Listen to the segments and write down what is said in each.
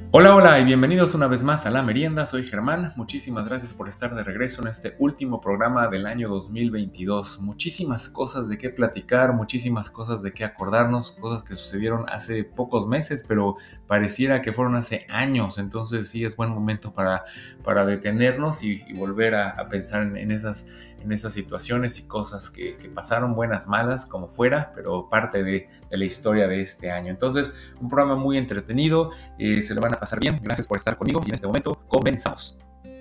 Hola, hola y bienvenidos una vez más a La Merienda, soy Germán, muchísimas gracias por estar de regreso en este último programa del año 2022. Muchísimas cosas de qué platicar, muchísimas cosas de qué acordarnos, cosas que sucedieron hace pocos meses, pero pareciera que fueron hace años, entonces sí es buen momento para detenernos y volver a pensar en esas situaciones y cosas que pasaron, buenas, malas, como fuera, pero parte de la historia de este año. Entonces, un programa muy entretenido. Se lo van a pasar bien. Gracias por estar conmigo y en este momento comenzamos.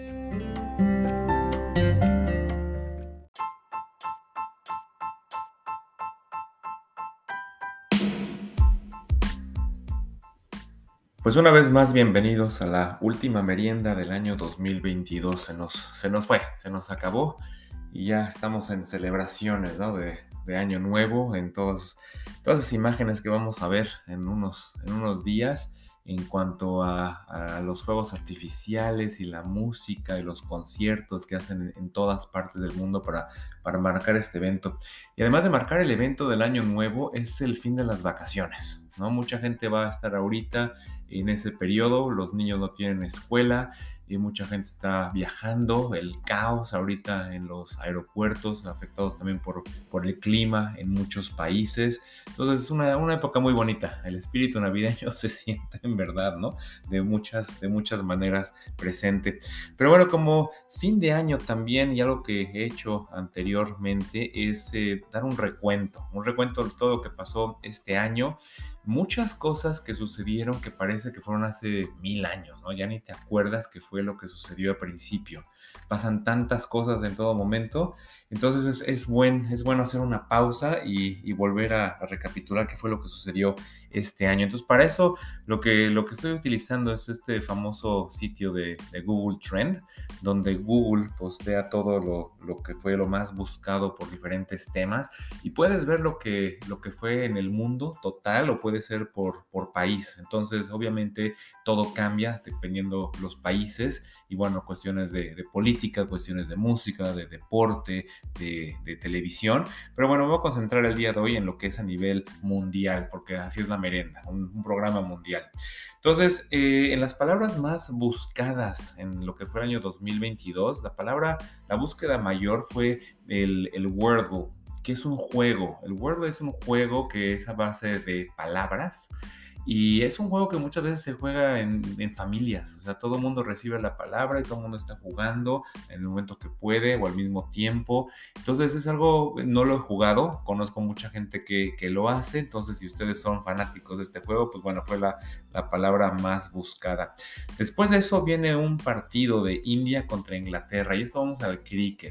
Pues una vez más, bienvenidos a la última merienda del año 2022. Se nos fue, se nos acabó y ya estamos en celebraciones, ¿no? de Año Nuevo, en todas las imágenes que vamos a ver en unos días en cuanto a los fuegos artificiales y la música y los conciertos que hacen en todas partes del mundo para marcar este evento. Y además de marcar el evento del Año Nuevo, es el fin de las vacaciones, ¿no? Mucha gente va a estar ahorita en ese periodo, los niños no tienen escuela y mucha gente está viajando, el caos ahorita en los aeropuertos, afectados también por el clima en muchos países. Entonces es una época muy bonita, el espíritu navideño se siente en verdad, ¿no? De muchas maneras presente. Pero bueno, como fin de año también, y algo que he hecho anteriormente, es dar un recuento de todo lo que pasó este año. Muchas cosas que sucedieron que parece que fueron hace 1000 años, ¿no? Ya ni te acuerdas qué fue lo que sucedió al principio. Pasan tantas cosas en todo momento, entonces es bueno hacer una pausa y volver a recapitular qué fue lo que sucedió este año. Entonces, para eso lo que estoy utilizando es este famoso sitio de Google Trend, donde Google postea todo lo que fue lo más buscado por diferentes temas y puedes ver lo que fue en el mundo total o puede ser por país. Entonces, obviamente, todo cambia dependiendo los países y bueno, cuestiones de política, cuestiones de música, de deporte, de televisión. Pero bueno, me voy a concentrar el día de hoy en lo que es a nivel mundial, porque así es la merienda, un programa mundial. Entonces, en las palabras más buscadas en lo que fue el año 2022, la búsqueda mayor fue el Wordle, que es un juego. El Wordle es un juego que es a base de palabras y es un juego que muchas veces se juega en familias. O sea, todo el mundo recibe la palabra y todo el mundo está jugando en el momento que puede o al mismo tiempo. Entonces es algo, no lo he jugado, conozco mucha gente que lo hace. Entonces, si ustedes son fanáticos de este juego, pues bueno, fue la palabra más buscada. Después de eso viene un partido de India contra Inglaterra y esto vamos al cricket.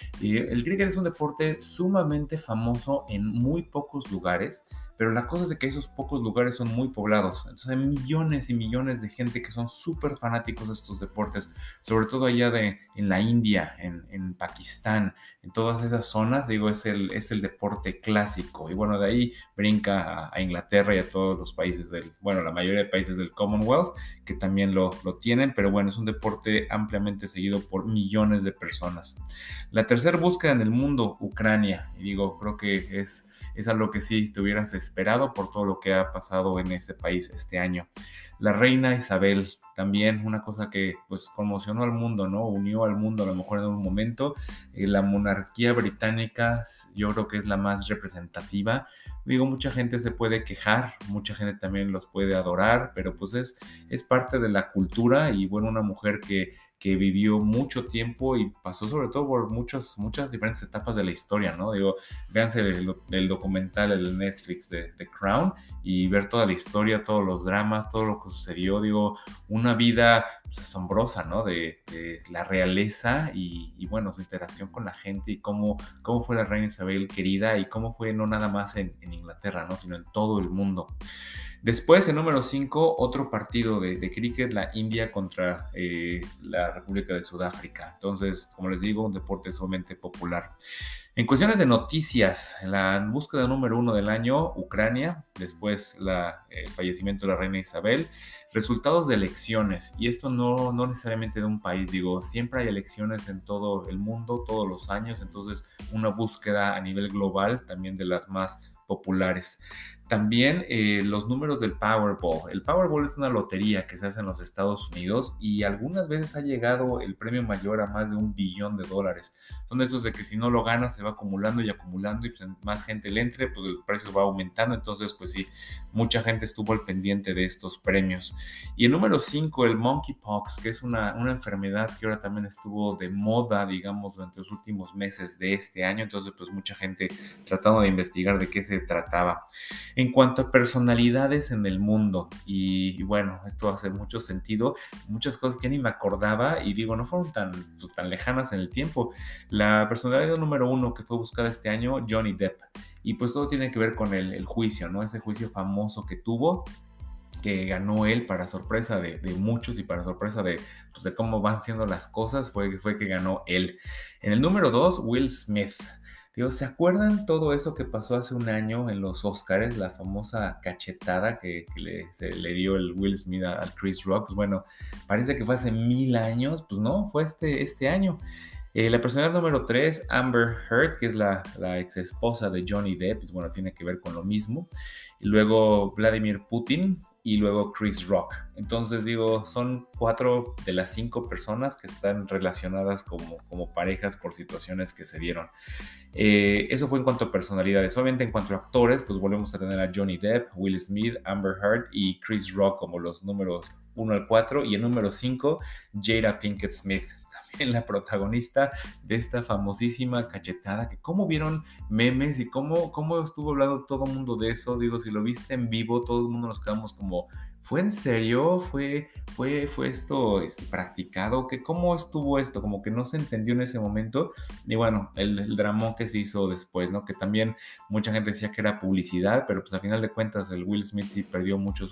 El cricket es un deporte sumamente famoso en muy pocos lugares, pero la cosa es de que esos pocos lugares son muy poblados. Entonces hay millones y millones de gente que son súper fanáticos de estos deportes, sobre todo allá en la India, en Pakistán, en todas esas zonas, digo, es el deporte clásico. Y bueno, de ahí brinca a Inglaterra y a todos los países bueno, la mayoría de países del Commonwealth, que también lo tienen, pero bueno, es un deporte ampliamente seguido por millones de personas. La tercera búsqueda en el mundo, Ucrania, y digo, creo que es algo que sí te hubieras esperado por todo lo que ha pasado en ese país este año. La reina Isabel, también una cosa que pues conmocionó al mundo, ¿no? Unió al mundo a lo mejor en un momento. La monarquía británica yo creo que es la más representativa. Digo, mucha gente se puede quejar, mucha gente también los puede adorar, pero pues es parte de la cultura y bueno, una mujer que vivió mucho tiempo y pasó sobre todo por muchas diferentes etapas de la historia, ¿no? Digo, véanse el documental, el Netflix de The Crown y ver toda la historia, todos los dramas, todo lo que sucedió, digo, una vida pues, asombrosa, ¿no? De la realeza y bueno, su interacción con la gente y cómo fue la reina Isabel querida y cómo fue no nada más en Inglaterra, ¿no? Sino en todo el mundo. Después, en número 5, otro partido de cricket, la India contra la República de Sudáfrica. Entonces, como les digo, un deporte sumamente popular. En cuestiones de noticias, la búsqueda número 1 del año, Ucrania, después el fallecimiento de la reina Isabel, resultados de elecciones, y esto no necesariamente de un país, digo, siempre hay elecciones en todo el mundo, todos los años, entonces una búsqueda a nivel global también de las más populares. También los números del Powerball. El Powerball es una lotería que se hace en los Estados Unidos y algunas veces ha llegado el premio mayor a más de $1 billón. Son esos de que si no lo ganas se va acumulando y acumulando y pues más gente le entre, pues el precio va aumentando. Entonces, pues sí, mucha gente estuvo al pendiente de estos premios. Y el número 5, el Monkeypox, que es una enfermedad que ahora también estuvo de moda, digamos, durante los últimos meses de este año. Entonces, pues mucha gente tratando de investigar de qué se trataba. En cuanto a personalidades en el mundo, y bueno, esto hace mucho sentido, muchas cosas que ni me acordaba y digo, no fueron tan lejanas en el tiempo. La personalidad número 1 que fue buscada este año, Johnny Depp, y pues todo tiene que ver con el juicio, ¿no? Ese juicio famoso que tuvo, que ganó él para sorpresa de muchos y para sorpresa pues de cómo van siendo las cosas, fue que ganó él. En el número 2, Will Smith. Digo, ¿se acuerdan todo eso que pasó hace un año en los Oscars? La famosa cachetada que se le dio el Will Smith al Chris Rock. Pues bueno, parece que fue hace 1000 años. Pues no, fue este año. La personalidad número 3, Amber Heard, que es la ex esposa de Johnny Depp, pues bueno, tiene que ver con lo mismo. Y luego Vladimir Putin y luego Chris Rock. Entonces digo, son 4 de las 5 personas que están relacionadas como parejas por situaciones que se dieron. Eso fue en cuanto a personalidades. Obviamente en cuanto a actores, pues volvemos a tener a Johnny Depp, Will Smith, Amber Heard y Chris Rock como los números 1 al 4. Y el número 5, Jada Pinkett Smith, también la protagonista de esta famosísima cachetada, que cómo vieron memes y cómo estuvo hablando todo el mundo de eso. Digo, si lo viste en vivo, todo el mundo nos quedamos como, ¿fue en serio? ¿Fue esto practicado? ¿Cómo estuvo esto? Como que no se entendió en ese momento. Y bueno, el dramón que se hizo después, ¿no? Que también mucha gente decía que era publicidad, pero pues a final de cuentas el Will Smith sí perdió muchos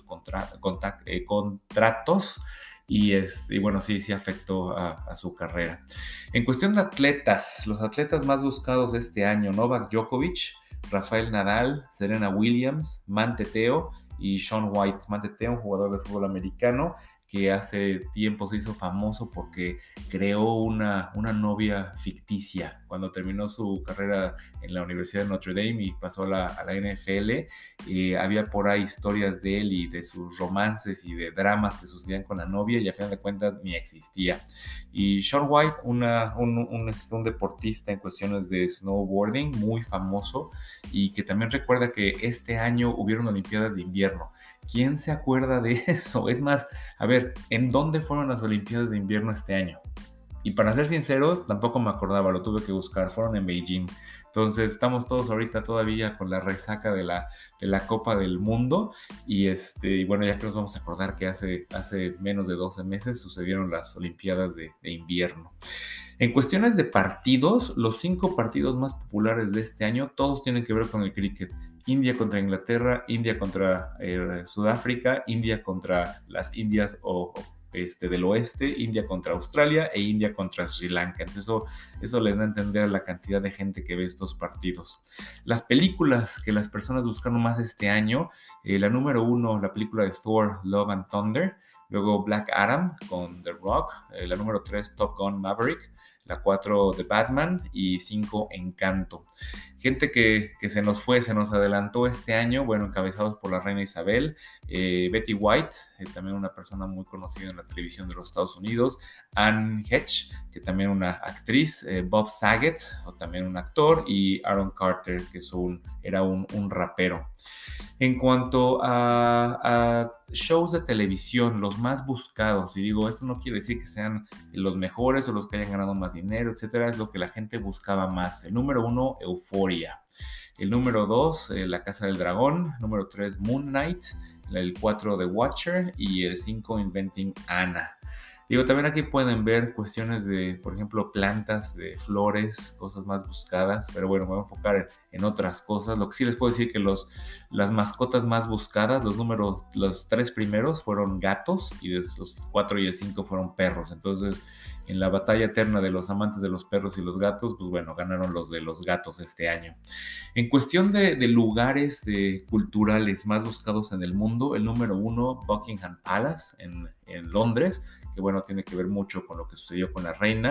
contratos. Y bueno, sí afectó a su carrera. En cuestión de atletas, los atletas más buscados este año, Novak Djokovic, Rafael Nadal, Serena Williams, Manti Teo y Shaun White. Manti Teo, un jugador de fútbol americano que hace tiempo se hizo famoso porque creó una novia ficticia. Cuando terminó su carrera en la Universidad de Notre Dame y pasó a la NFL, había por ahí historias de él y de sus romances y de dramas que sucedían con la novia y a final de cuentas ni existía. Y Shaun White, un deportista en cuestiones de snowboarding muy famoso y que también recuerda que este año hubieron Olimpiadas de invierno. ¿Quién se acuerda de eso? Es más, a ver, ¿en dónde fueron las Olimpiadas de invierno este año? Y para ser sinceros, tampoco me acordaba, lo tuve que buscar, fueron en Beijing. Entonces estamos todos ahorita todavía con la resaca de la Copa del Mundo y bueno, ya que nos vamos a acordar que hace menos de 12 meses sucedieron las Olimpiadas de invierno. En cuestiones de partidos, los 5 partidos más populares de este año, todos tienen que ver con el cricket. India contra Inglaterra, India contra Sudáfrica, India contra las Indias del oeste, India contra Australia e India contra Sri Lanka. Entonces eso les da a entender la cantidad de gente que ve estos partidos. Las películas que las personas buscaron más este año, la número 1, la película de Thor, Love and Thunder, luego Black Adam con The Rock, la número 3, Top Gun Maverick, la 4 de Batman y 5 Encanto. Gente que se nos adelantó este año, bueno, encabezados por la reina Isabel, Betty White, también una persona muy conocida en la televisión de los Estados Unidos, Anne Heche, que también una actriz, Bob Saget, o también un actor, y Aaron Carter, que era un rapero. En cuanto a shows de televisión, los más buscados, y digo, esto no quiere decir que sean los mejores o los que hayan ganado más dinero, etcétera, es lo que la gente buscaba más. El número 1, Euphoria. El número 2, La Casa del Dragón. Número 3, Moon Knight. El 4, The Watcher. Y el 5, Inventing Anna. Digo, también aquí pueden ver cuestiones de, por ejemplo, plantas, de flores, cosas más buscadas, pero bueno, me voy a enfocar en otras cosas. Lo que sí les puedo decir que las mascotas más buscadas, los 3 primeros fueron gatos y los 4 y el 5 fueron perros. Entonces, en la batalla eterna de los amantes de los perros y los gatos, pues bueno, ganaron los de los gatos este año. En cuestión de lugares culturales más buscados en el mundo, el número 1, Buckingham Palace en Londres, que bueno, tiene que ver mucho con lo que sucedió con la reina.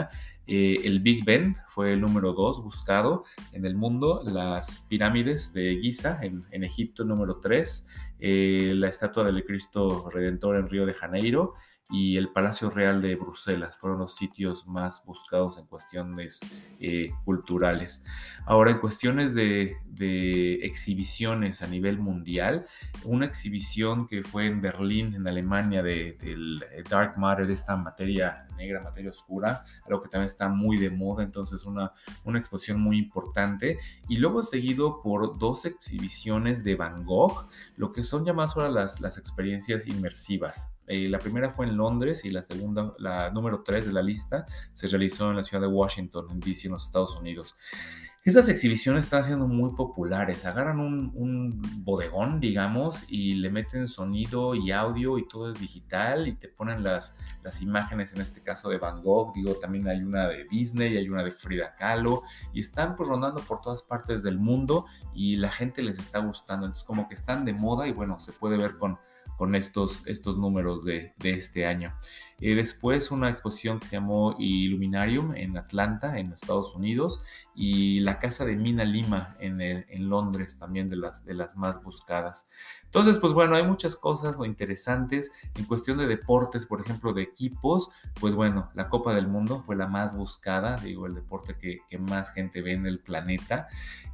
El Big Ben fue el número 2 buscado en el mundo, las pirámides de Giza en Egipto el número 3, la estatua del Cristo Redentor en Río de Janeiro y el Palacio Real de Bruselas fueron los sitios más buscados en cuestiones culturales. Ahora, en cuestiones de exhibiciones a nivel mundial, una exhibición que fue en Berlín, en Alemania, del Dark Matter, de esta materia negra, materia oscura, algo que también está muy de moda, entonces una exposición muy importante. Y luego seguido por dos exhibiciones de Van Gogh, lo que son llamadas ahora las experiencias inmersivas. La primera fue en Londres y la segunda, la número 3 de la lista, se realizó en la ciudad de Washington, en DC, en los Estados Unidos. Estas exhibiciones están siendo muy populares. Agarran un bodegón, digamos, y le meten sonido y audio y todo es digital y te ponen las imágenes, en este caso de Van Gogh. Digo, también hay una de Disney, hay una de Frida Kahlo y están pues rondando por todas partes del mundo y la gente les está gustando. Entonces como que están de moda y bueno, se puede ver con estos números de este año. Después una exposición que se llamó Illuminarium en Atlanta, en Estados Unidos, y la casa de Mina Lima en Londres, también de las más buscadas. Entonces, pues bueno, hay muchas cosas interesantes en cuestión de deportes, por ejemplo, de equipos, pues bueno, la Copa del Mundo fue la más buscada, digo, el deporte que más gente ve en el planeta.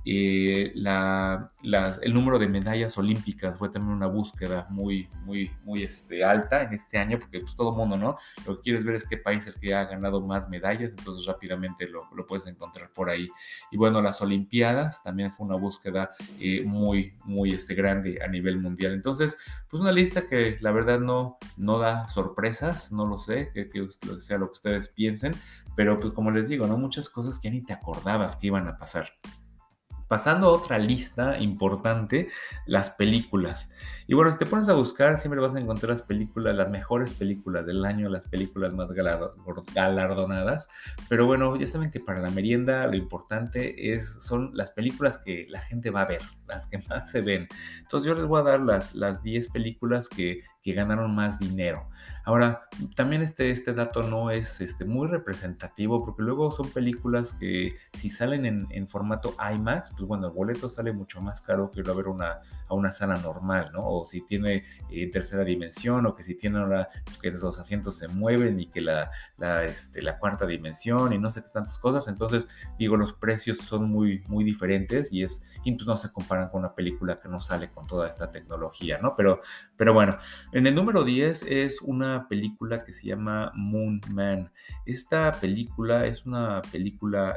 El número de medallas olímpicas fue también una búsqueda muy alta en este año, porque pues todo el mundo, ¿no? Lo que quieres ver es qué país es el que ha ganado más medallas, entonces rápidamente lo puedes encontrar por ahí. Y bueno, las Olimpiadas también fue una búsqueda muy grande a nivel mundial. Entonces, pues una lista que la verdad no da sorpresas, no lo sé, que sea lo que ustedes piensen, pero pues como les digo, ¿no? Muchas cosas que ya ni te acordabas que iban a pasar. Pasando a otra lista importante, las películas. Y bueno, si te pones a buscar, siempre vas a encontrar las películas, las mejores películas del año, las películas más galardonadas. Pero bueno, ya saben que para la merienda lo importante son las películas que la gente va a ver, las que más se ven. Entonces yo les voy a dar las 10 películas que ganaron más dinero. Ahora, también este dato no es muy representativo porque luego son películas que si salen en formato IMAX, pues bueno, el boleto sale mucho más caro que ir a ver a una sala normal, ¿no? O si tiene tercera dimensión o que si tiene ahora que los asientos se mueven y que la cuarta dimensión y no sé qué tantas cosas. Entonces, digo, los precios son muy diferentes y pues no se comparan con una película que no sale con toda esta tecnología, ¿no? Pero bueno, en el número 10 es una película que se llama Moon Man. Esta película es una película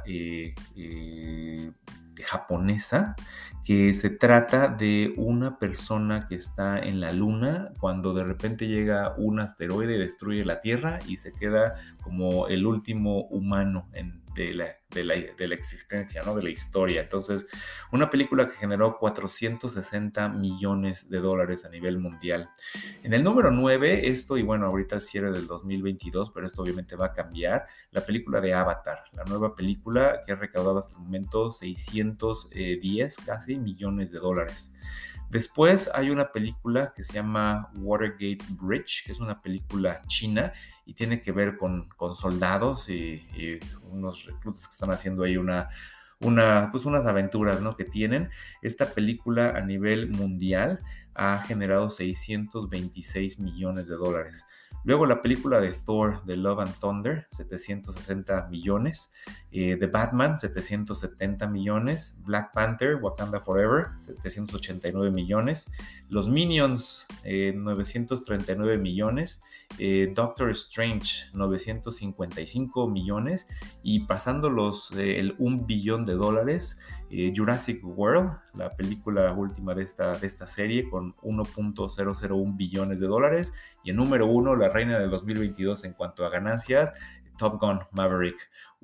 japonesa que se trata de una persona que está en la luna cuando de repente llega un asteroide y destruye la Tierra y se queda como el último humano de la existencia, ¿no? De la historia. Entonces, una película que generó 460 millones de dólares a nivel mundial. En el número 9, y bueno, ahorita el cierre del 2022, pero esto obviamente va a cambiar, la película de Avatar, la nueva película que ha recaudado hasta el momento 610 casi millones de dólares. Después hay una película que se llama Watergate Bridge, que es una película china y tiene que ver con soldados y unos reclutas que están haciendo ahí pues unas aventuras, ¿no? Que tienen. Esta película a nivel mundial ha generado 626 millones de dólares. Luego la película de Thor, de Love and Thunder, 760 millones. The Batman, 770 millones. Black Panther, Wakanda Forever, 789 millones. Los Minions, 939 millones. Doctor Strange, 955 millones. Y pasando el 1 billón de dólares, Jurassic World, la película última de esta serie, con 1.001 billones de dólares. Y el número 1, la reina del 2022 en cuanto a ganancias, Top Gun Maverick,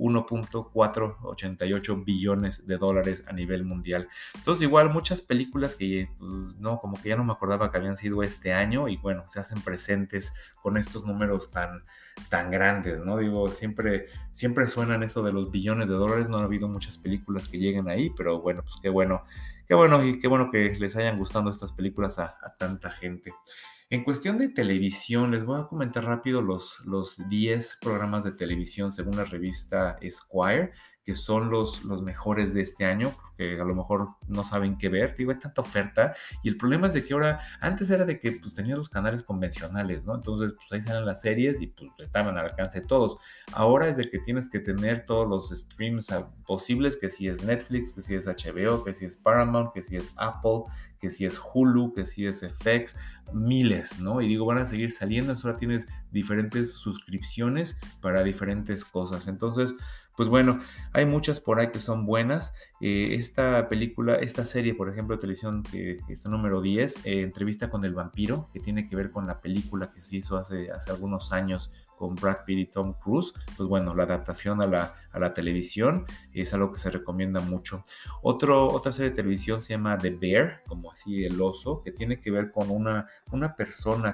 1.488 billones de dólares a nivel mundial. Entonces igual muchas películas que no, como que ya no me acordaba que habían sido este año y bueno, se hacen presentes con estos números tan grandes, ¿no? Digo, siempre suenan eso de los billones de dólares, no ha habido muchas películas que lleguen ahí, pero bueno, pues qué bueno y qué bueno que les hayan gustado estas películas a tanta gente. En cuestión de televisión, les voy a comentar rápido los 10 programas de televisión según la revista Esquire, que son los mejores de este año, porque a lo mejor no saben qué ver. Digo, hay tanta oferta y el problema es de que ahora, antes era de que pues tenías los canales convencionales, ¿no? Entonces, pues ahí salen las series y pues estaban al alcance de todos. Ahora es de que tienes que tener todos los streams posibles, que si es Netflix, que si es HBO, que si es Paramount, que si es Apple, que si es Hulu, que si es FX, miles, ¿no? Y digo, van a seguir saliendo, ahora tienes diferentes suscripciones para diferentes cosas. Entonces, pues bueno, hay muchas por ahí que son buenas. Esta película, esta serie, por ejemplo, de televisión, que está número 10, Entrevista con el vampiro, que tiene que ver con la película que se hizo hace algunos años con Brad Pitt y Tom Cruise. Pues bueno, la adaptación a la televisión es algo que se recomienda mucho. Otra serie de televisión se llama The Bear, como así el oso, que tiene que ver con una persona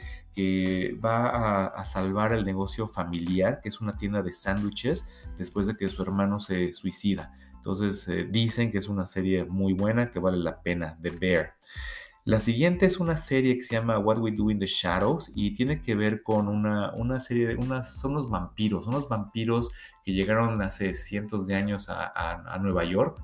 que va a salvar el negocio familiar, que es una tienda de sándwiches, después de que su hermano se suicida. Entonces dicen que es una serie muy buena, que vale la pena, The Bear. La siguiente es una serie que se llama What We Do in the Shadows y tiene que ver con una serie son los vampiros que llegaron hace cientos de años a Nueva York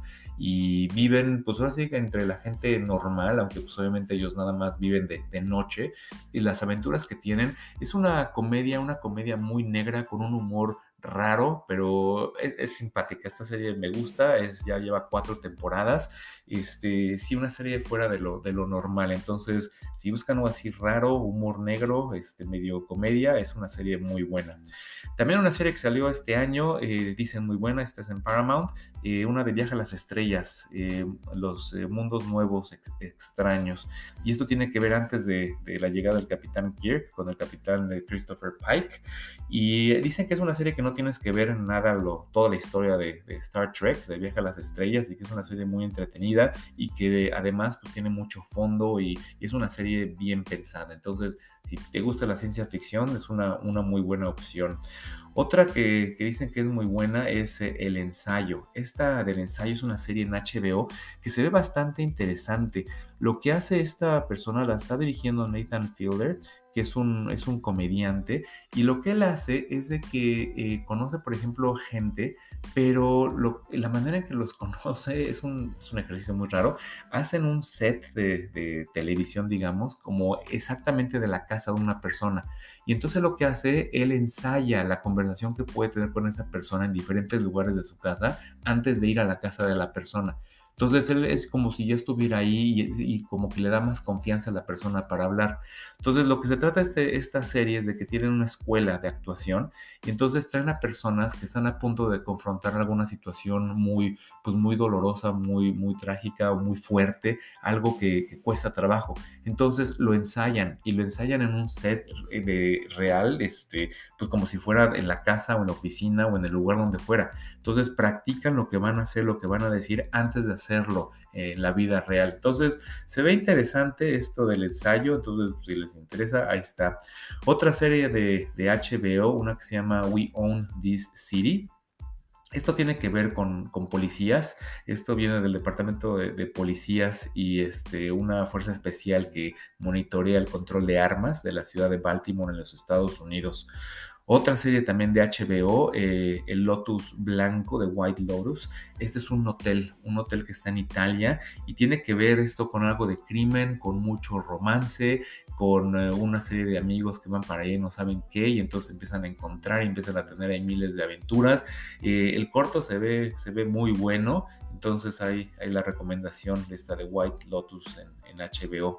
y viven, pues ahora sí que entre la gente normal, aunque pues obviamente ellos nada más viven de noche, y las aventuras que tienen. Es una comedia muy negra con un humor raro, pero es simpática. Esta serie me gusta, ya lleva 4 temporadas. Sí, una serie fuera de lo normal. Entonces, si buscan algo así raro, humor negro, medio comedia, es una serie muy buena. También una serie que salió este año, dicen muy buena, esta es en Paramount, una de Viaje a las Estrellas, los mundos nuevos extraños. Y esto tiene que ver antes de la llegada del Capitán Kirk con el Capitán de Christopher Pike. Y dicen que es una serie que no tienes que ver nada toda la historia de Star Trek, de Viaje a las Estrellas, y que es una serie muy entretenida y que además pues, tiene mucho fondo y es una serie bien pensada. Entonces, si te gusta la ciencia ficción, es una muy buena opción. Otra que dicen que es muy buena es El Ensayo. Esta del Ensayo es una serie en HBO que se ve bastante interesante. Lo que hace esta persona la está dirigiendo Nathan Fielder, que es un comediante, y lo que él hace es de que conoce, por ejemplo, gente, pero la manera en que los conoce es un ejercicio muy raro. Hacen un set de televisión, digamos, como exactamente de la casa de una persona. Y entonces lo que hace, él ensaya la conversación que puede tener con esa persona en diferentes lugares de su casa antes de ir a la casa de la persona. Entonces él es como si ya estuviera ahí y como que le da más confianza a la persona para hablar. Entonces lo que se trata esta serie es de que tienen una escuela de actuación y entonces traen a personas que están a punto de confrontar alguna situación pues muy dolorosa, muy trágica o muy fuerte, algo que cuesta trabajo. Entonces lo ensayan y lo ensayan en un set real, pues como si fuera en la casa o en la oficina o en el lugar donde fuera. Entonces practican lo que van a hacer, lo que van a decir antes de hacerlo en la vida real. Entonces se ve interesante esto del ensayo, entonces si les interesa, ahí está. Otra serie de HBO, una que se llama We Own This City. Esto tiene que ver con policías. Esto viene del departamento de policías y una fuerza especial que monitorea el control de armas de la ciudad de Baltimore en los Estados Unidos. Otra serie también de HBO, el Lotus Blanco, de White Lotus. Este es un hotel que está en Italia y tiene que ver esto con algo de crimen, con mucho romance, con una serie de amigos que van para allá y no saben qué, y entonces empiezan a encontrar y empiezan a tener ahí miles de aventuras. El corto se ve muy bueno, entonces hay la recomendación de esta de White Lotus en HBO.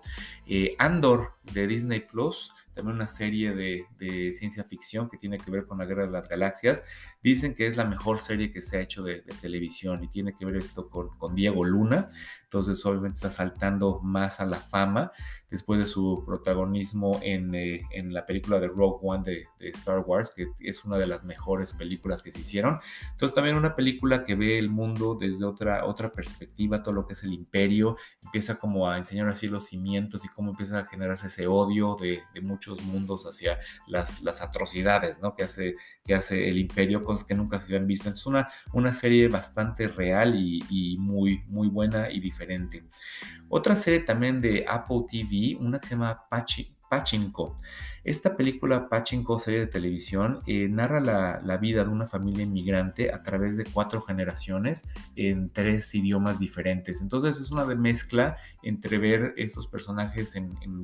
Andor de Disney Plus, también una serie de ciencia ficción que tiene que ver con la Guerra de las Galaxias. Dicen que es la mejor serie que se ha hecho de televisión y tiene que ver esto con Diego Luna. Entonces obviamente está saltando más a la fama después de su protagonismo en la película de Rogue One de Star Wars, que es una de las mejores películas que se hicieron. Entonces también una película que ve el mundo desde otra perspectiva, todo lo que es el imperio, empieza como a enseñar así los cimientos y cómo empieza a generarse ese odio de muchos mundos hacia las atrocidades, ¿no? que hace el imperio, cosas que nunca se habían visto. Entonces una serie bastante real y muy buena y diferente. Otra serie también de Apple TV, una que se llama Pachinko. Esta película Pachinko, serie de televisión, narra la vida de una familia inmigrante a través de 4 generaciones en 3 idiomas diferentes. Entonces es una mezcla entre ver estos personajes en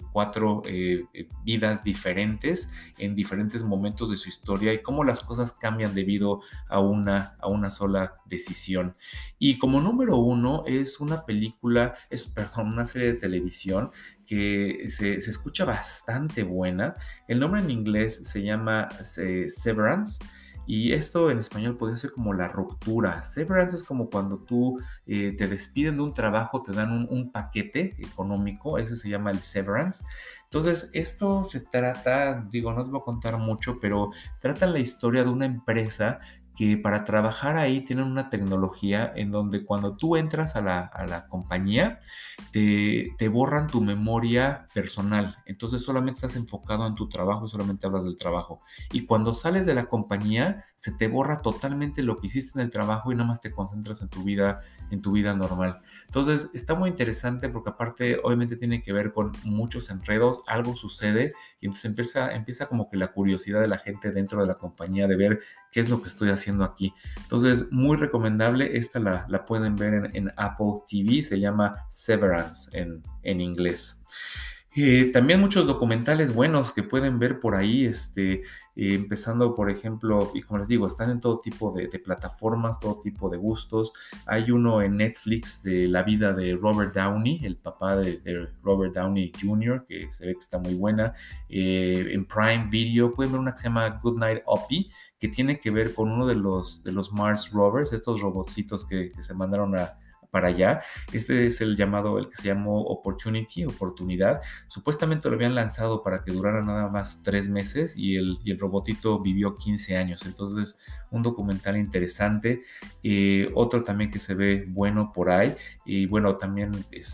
4 vidas diferentes, en diferentes momentos de su historia y cómo las cosas cambian debido a una sola decisión. Y como número uno es una película, perdón, una serie de televisión que se escucha bastante buena. El nombre en inglés se llama Severance. Y esto en español podría ser como la ruptura. Severance es como cuando tú te despiden de un trabajo, te dan un paquete económico, ese se llama el severance. Entonces, esto se trata, digo, no os voy a contar mucho, pero trata la historia de una empresa que para trabajar ahí tienen una tecnología en donde cuando tú entras a la compañía, te borran tu memoria personal. Entonces solamente estás enfocado en tu trabajo y solamente hablas del trabajo. Y cuando sales de la compañía, se te borra totalmente lo que hiciste en el trabajo y nada más te concentras en tu vida normal. Entonces está muy interesante porque aparte obviamente tiene que ver con muchos enredos, algo sucede y entonces empieza como que la curiosidad de la gente dentro de la compañía de ver qué es lo que estoy haciendo aquí. Entonces, muy recomendable. Esta la pueden ver en Apple TV. Se llama Severance en inglés. También muchos documentales buenos que pueden ver por ahí, empezando por ejemplo, y como les digo, están en todo tipo de plataformas, todo tipo de gustos. Hay uno en Netflix de la vida de Robert Downey, el papá de Robert Downey Jr., que se ve que está muy buena. En Prime Video pueden ver una que se llama Goodnight Uppy, que tiene que ver con uno de los Mars Rovers, estos robotcitos que se mandaron para allá. Este es el que se llamó Oportunidad. Supuestamente lo habían lanzado para que durara nada más 3 meses y el robotito vivió 15 años. Entonces, un documental interesante. Otro también que se ve bueno por ahí. Y bueno, también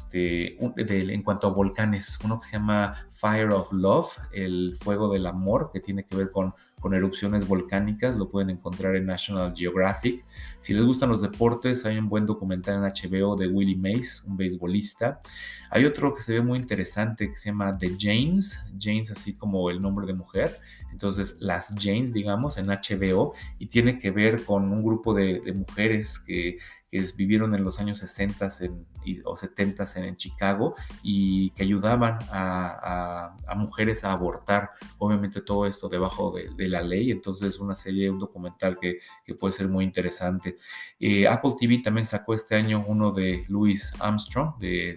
en cuanto a volcanes, uno que se llama Fire of Love, el fuego del amor, que tiene que ver con erupciones volcánicas, lo pueden encontrar en National Geographic. Si les gustan los deportes, hay un buen documental en HBO de Willie Mays, un beisbolista. Hay otro que se ve muy interesante que se llama The Janes, Janes así como el nombre de mujer, entonces las Janes, digamos, en HBO, y tiene que ver con un grupo de mujeres que vivieron en los años 60 o 70 en Chicago y que ayudaban a mujeres a abortar. Obviamente todo esto debajo de la ley, entonces una serie, un documental que puede ser muy interesante. Apple TV también sacó este año uno de Louis Armstrong,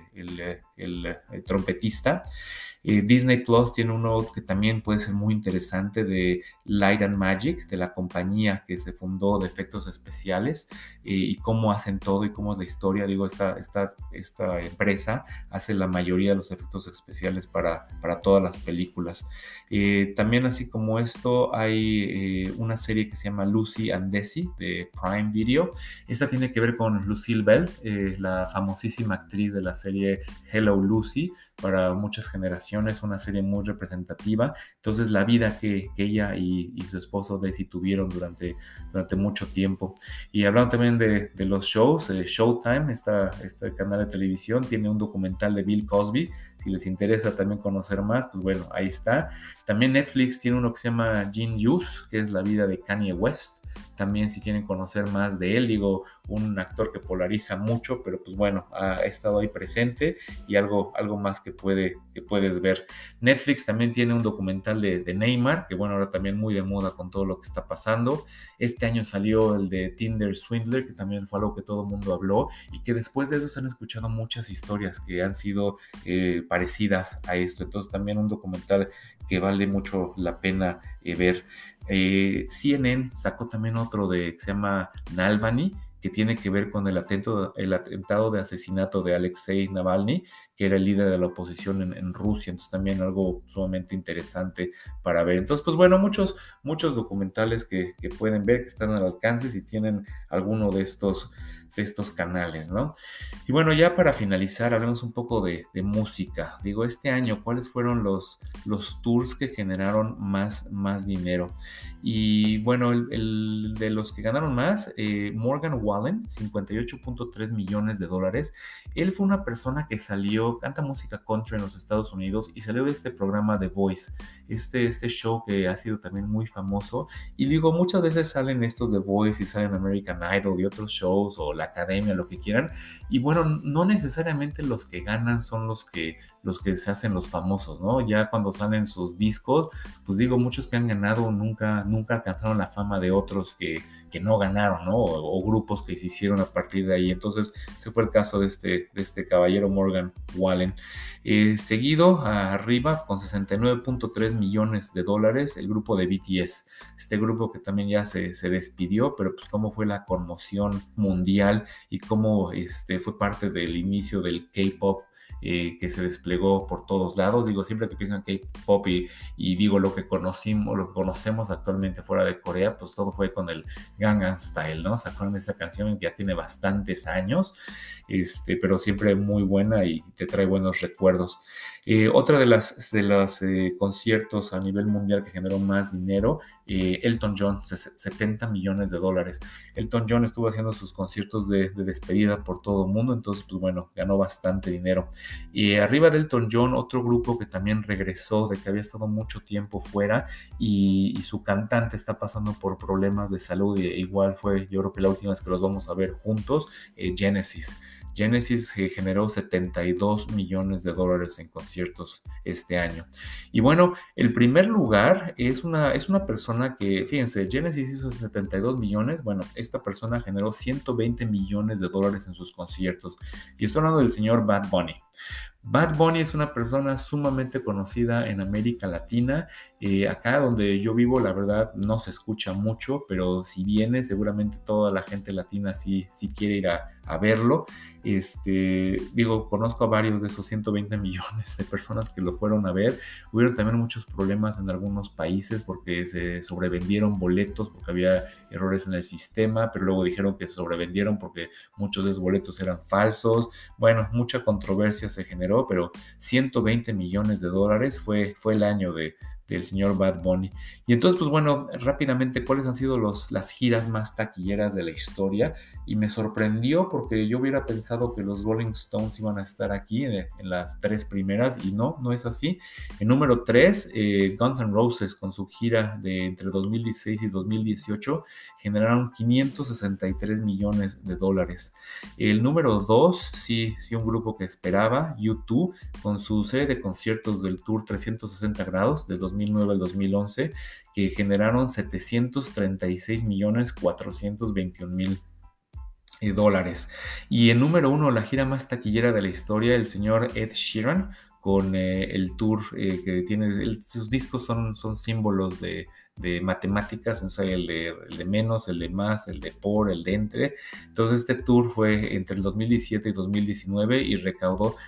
el trompetista. Disney Plus tiene uno que también puede ser muy interesante de Light and Magic, de la compañía que se fundó de efectos especiales, y cómo hacen todo y cómo es la historia. Digo, esta empresa hace la mayoría de los efectos especiales para todas las películas. También así como esto hay una serie que se llama Lucy and Desi de Prime Video. Esta tiene que ver con Lucille Bell, la famosísima actriz de la serie Hello Lucy, para muchas generaciones, una serie muy representativa. Entonces la vida que ella y su esposo Desi tuvieron durante mucho tiempo. Y hablando también de los shows, Showtime, este canal de televisión, tiene un documental de Bill Cosby. Si les interesa también conocer más, pues bueno, ahí está. También Netflix tiene uno que se llama Genius, que es la vida de Kanye West. También si quieren conocer más de él, digo, un actor que polariza mucho, pero pues bueno, ha estado ahí presente y algo más que puedes ver. Netflix también tiene un documental de Neymar, que bueno, ahora también muy de moda con todo lo que está pasando. Este año salió el de Tinder Swindler, que también fue algo que todo el mundo habló y que después de eso se han escuchado muchas historias que han sido parecidas a esto. Entonces también un documental que vale mucho la pena ver. CNN sacó también otro que se llama Navalny, que tiene que ver con el atentado de asesinato de Alexei Navalny, que era el líder de la oposición en Rusia. Entonces también algo sumamente interesante para ver. Entonces, pues bueno, muchos documentales que pueden ver, que están al alcance si tienen alguno de estos canales, ¿no? Y bueno, ya para finalizar, hablemos un poco de música. Digo, este año, ¿cuáles fueron los tours que generaron más dinero? Y bueno, el de los que ganaron más, Morgan Wallen, 58.3 millones de dólares. Él fue una persona que salió, canta música country en los Estados Unidos y salió de este programa The Voice, este show que ha sido también muy famoso. Y digo, muchas veces salen estos The Voice y salen American Idol y otros shows o la Academia, lo que quieran. Y bueno, no necesariamente los que ganan son los que se hacen los famosos, ¿no? Ya cuando salen sus discos, pues digo, muchos que han ganado nunca alcanzaron la fama de otros que no ganaron, ¿no? O grupos que se hicieron a partir de ahí. Entonces, ese fue el caso de este caballero Morgan Wallen. Seguido arriba, con 69.3 millones de dólares, el grupo de BTS. Este grupo que también ya se despidió, pero pues cómo fue la conmoción mundial y cómo fue parte del inicio del K-pop, que se desplegó por todos lados. Digo, siempre que pienso en K-pop y digo lo que conocemos actualmente fuera de Corea, pues todo fue con el Gangnam Style, ¿no? Sacaron esa canción que ya tiene bastantes años, pero siempre muy buena y te trae buenos recuerdos. Otra de los conciertos a nivel mundial que generó más dinero, Elton John, 70 millones de dólares. Elton John estuvo haciendo sus conciertos de despedida por todo el mundo, entonces pues bueno, ganó bastante dinero. Y arriba de Elton John, otro grupo que también regresó, de que había estado mucho tiempo fuera y su cantante está pasando por problemas de salud, igual fue, yo creo que la última vez que los vamos a ver juntos, Genesis. Genesis generó 72 millones de dólares en conciertos este año. Y bueno, el primer lugar es una persona que, fíjense, Genesis hizo 72 millones, bueno, esta persona generó 120 millones de dólares en sus conciertos. Y estoy hablando del señor Bad Bunny. Bad Bunny es una persona sumamente conocida en América Latina. Acá donde yo vivo, la verdad, no se escucha mucho, pero si viene, seguramente toda la gente latina sí quiere ir a verlo. Digo, conozco a varios de esos 120 millones de personas que lo fueron a ver. Hubieron también muchos problemas en algunos países porque se sobrevendieron boletos, porque había errores en el sistema, pero luego dijeron que se sobrevendieron porque muchos de esos boletos eran falsos. Bueno, mucha controversia se generó, pero 120 millones de dólares fue el año del señor Bad Bunny. Y entonces, pues bueno, rápidamente, ¿cuáles han sido las giras más taquilleras de la historia? Y me sorprendió porque yo hubiera pensado que los Rolling Stones iban a estar aquí en las tres primeras y no es así. En número 3, Guns N' Roses con su gira de entre 2016 y 2018 generaron 563 millones de dólares. El número 2, sí, un grupo que esperaba, U2, con su serie de conciertos del Tour 360 grados de 2009 al 2011, que generaron 736 millones 421 mil dólares. Y en número 1, la gira más taquillera de la historia, el señor Ed Sheeran, con el tour que tiene, sus discos son símbolos de matemáticas, o sea, el de menos, el de más, el de por, el de entre. Entonces este tour fue entre el 2017 y 2019 y recaudó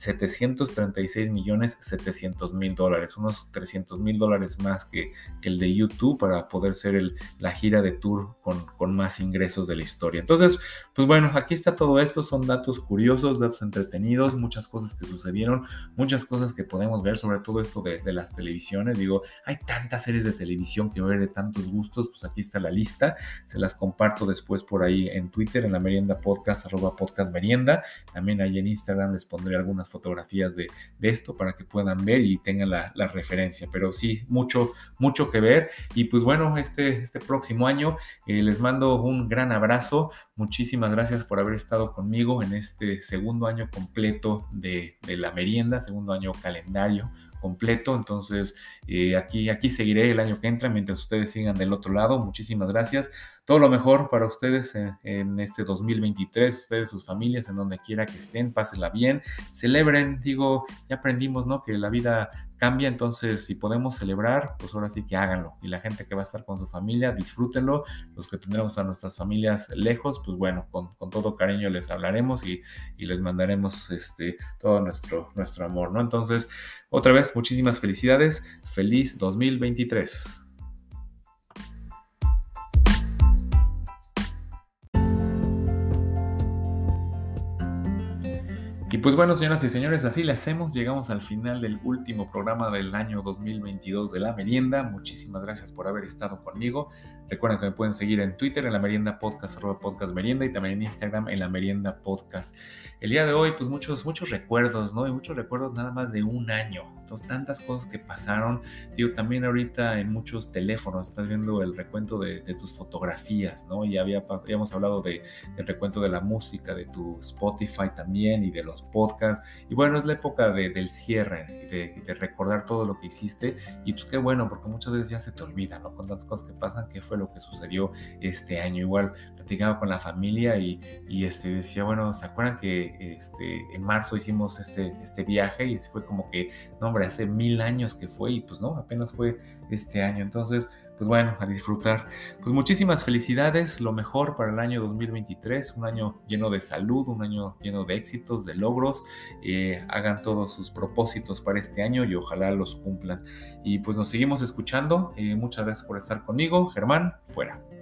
736 millones 700 mil dólares, unos 300 mil dólares más que el de YouTube para poder ser la gira de tour con más ingresos de la historia. Entonces, pues bueno, aquí está todo esto, son datos curiosos, datos entretenidos, muchas cosas que sucedieron, muchas cosas que podemos ver, sobre todo esto de las televisiones. Digo, hay tantas series de televisión que ver de tantos gustos, pues aquí está la lista, se las comparto después por ahí en Twitter, en la Merienda Podcast, @podcastmerienda, también ahí en Instagram les pondré algunas fotografías de esto para que puedan ver y tengan la referencia, pero sí, mucho que ver. Y pues bueno, este próximo año les mando un gran abrazo, muchísimas gracias por haber estado conmigo en este segundo año completo de la merienda, segundo año calendario completo. Entonces aquí seguiré el año que entra mientras ustedes sigan del otro lado. Muchísimas gracias, todo lo mejor para ustedes en este 2023, ustedes, sus familias, en donde quiera que estén, pásenla bien, celebren. Digo, ya aprendimos, ¿no?, que la vida cambia, entonces si podemos celebrar, pues ahora sí que háganlo, y la gente que va a estar con su familia, disfrútenlo. Los que tendremos a nuestras familias lejos, pues bueno, con todo cariño les hablaremos y les mandaremos todo nuestro amor, ¿no? Entonces, otra vez, muchísimas felicidades, feliz 2023. Y pues bueno, señoras y señores, así le hacemos. Llegamos al final del último programa del año 2022 de La Merienda. Muchísimas gracias por haber estado conmigo. Recuerden que me pueden seguir en Twitter, en La Merienda Podcast, @Podcast Merienda, y también en Instagram, en La Merienda Podcast. El día de hoy, pues muchos recuerdos, ¿no? Y muchos recuerdos nada más de un año. Entonces, tantas cosas que pasaron. Digo, también ahorita en muchos teléfonos estás viendo el recuento de tus fotografías, ¿no? Y habíamos hablado del recuento de la música, de tu Spotify también y de los podcasts. Y bueno, es la época del cierre y de recordar todo lo que hiciste. Y pues qué bueno, porque muchas veces ya se te olvida, ¿no? Con tantas cosas que pasan, qué fue lo que sucedió este año. Igual platicaba con la familia y decía, bueno, ¿se acuerdan que en marzo hicimos este viaje? Y fue como que, no hombre, hace 1000 años que fue, y pues no, apenas fue este año. Entonces, pues bueno, a disfrutar. Pues muchísimas felicidades, lo mejor para el año 2023, un año lleno de salud, un año lleno de éxitos, de logros. Hagan todos sus propósitos para este año y ojalá los cumplan. Y pues nos seguimos escuchando. Muchas gracias por estar conmigo. Germán, fuera.